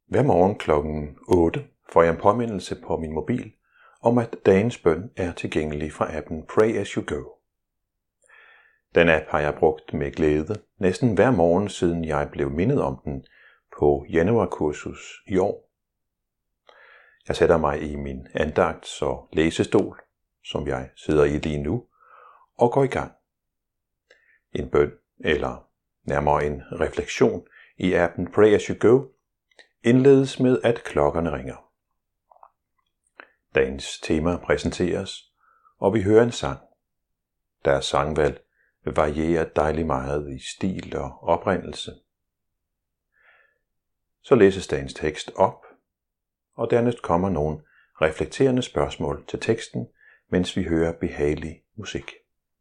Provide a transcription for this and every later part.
Hver morgen klokken 8 får jeg en påmindelse på min mobil om, at dagens bøn er tilgængelig fra appen Pray As You Go. Den app har jeg brugt med glæde næsten hver morgen, siden jeg blev mindet om den på januarkursus i år. Jeg sætter mig i min andagts- og læsestol, som jeg sidder i lige nu, og går i gang. En bøn, eller nærmere en refleksion i appen Pray As You Go, indledes med, at klokkerne ringer. Dagens tema præsenteres, og vi hører en sang. Deres sangvalg varierer dejligt meget i stil og oprindelse. Så læses dagens tekst op, og dernæst kommer nogle reflekterende spørgsmål til teksten, mens vi hører behagelig musik.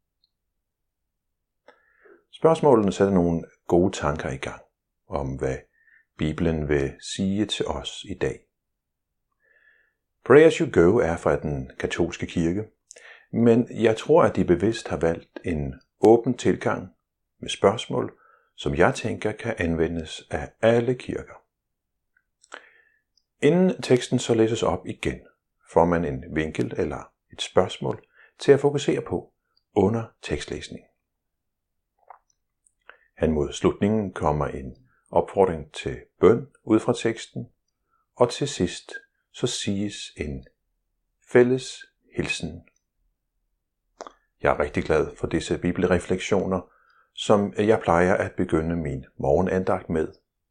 Spørgsmålene sætter nogle gode tanker i gang om, hvad Bibelen vil sige til os i dag. Pray As You Go er fra den katolske kirke, men jeg tror, at de bevidst har valgt en åben tilgang med spørgsmål, som jeg tænker kan anvendes af alle kirker. Inden teksten så læses op igen, får man en vinkel eller et spørgsmål til at fokusere på under tekstlæsningen. Hen mod slutningen kommer en opfordring til bøn ud fra teksten, og til sidst så siges en fælles hilsen. Jeg er rigtig glad for disse bibelrefleksioner, som jeg plejer at begynde min morgenandagt med.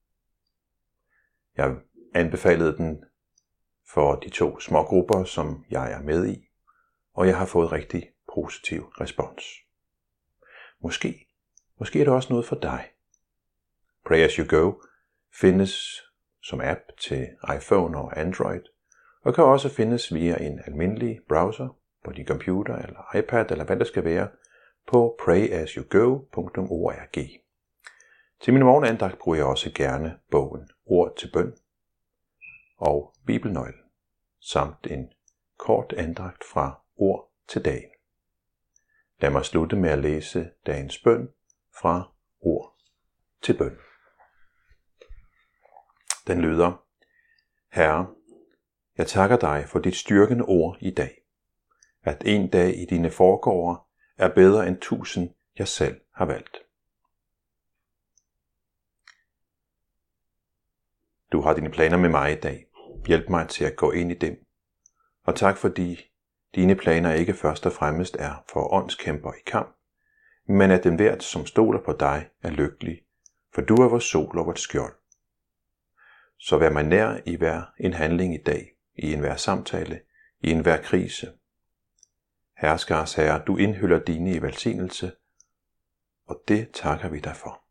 Jeg anbefalede den for de 2 smågrupper, som jeg er med i, og jeg har fået rigtig positiv respons. Måske er det også noget for dig. Pray As You Go findes som app til iPhone og Android, og kan også findes via en almindelig browser på din computer eller iPad eller hvad det skal være på prayasyogo.org. Til min morgenandagt bruger jeg også gerne bogen Ord til bøn og Bibelnøglen, samt en kort andagt fra Ord til dagen. Lad mig slutte med at læse dagens bøn fra Ord til bøn. Den lyder: Herre, jeg takker dig for dit styrkende ord i dag, at en dag i dine forgårder er bedre end 1000, jeg selv har valgt. Du har dine planer med mig i dag. Hjælp mig til at gå ind i dem. Og tak fordi dine planer ikke først og fremmest er for åndskæmper i kamp, men at den hvert, som stoler på dig, er lykkelig, for du er vores sol og vores skjold. Så vær mig nær i hver en handling i dag, i enhver samtale, i enhver krise. Herskers Herre, du indhylder dine i velsignelse, og det takker vi dig for.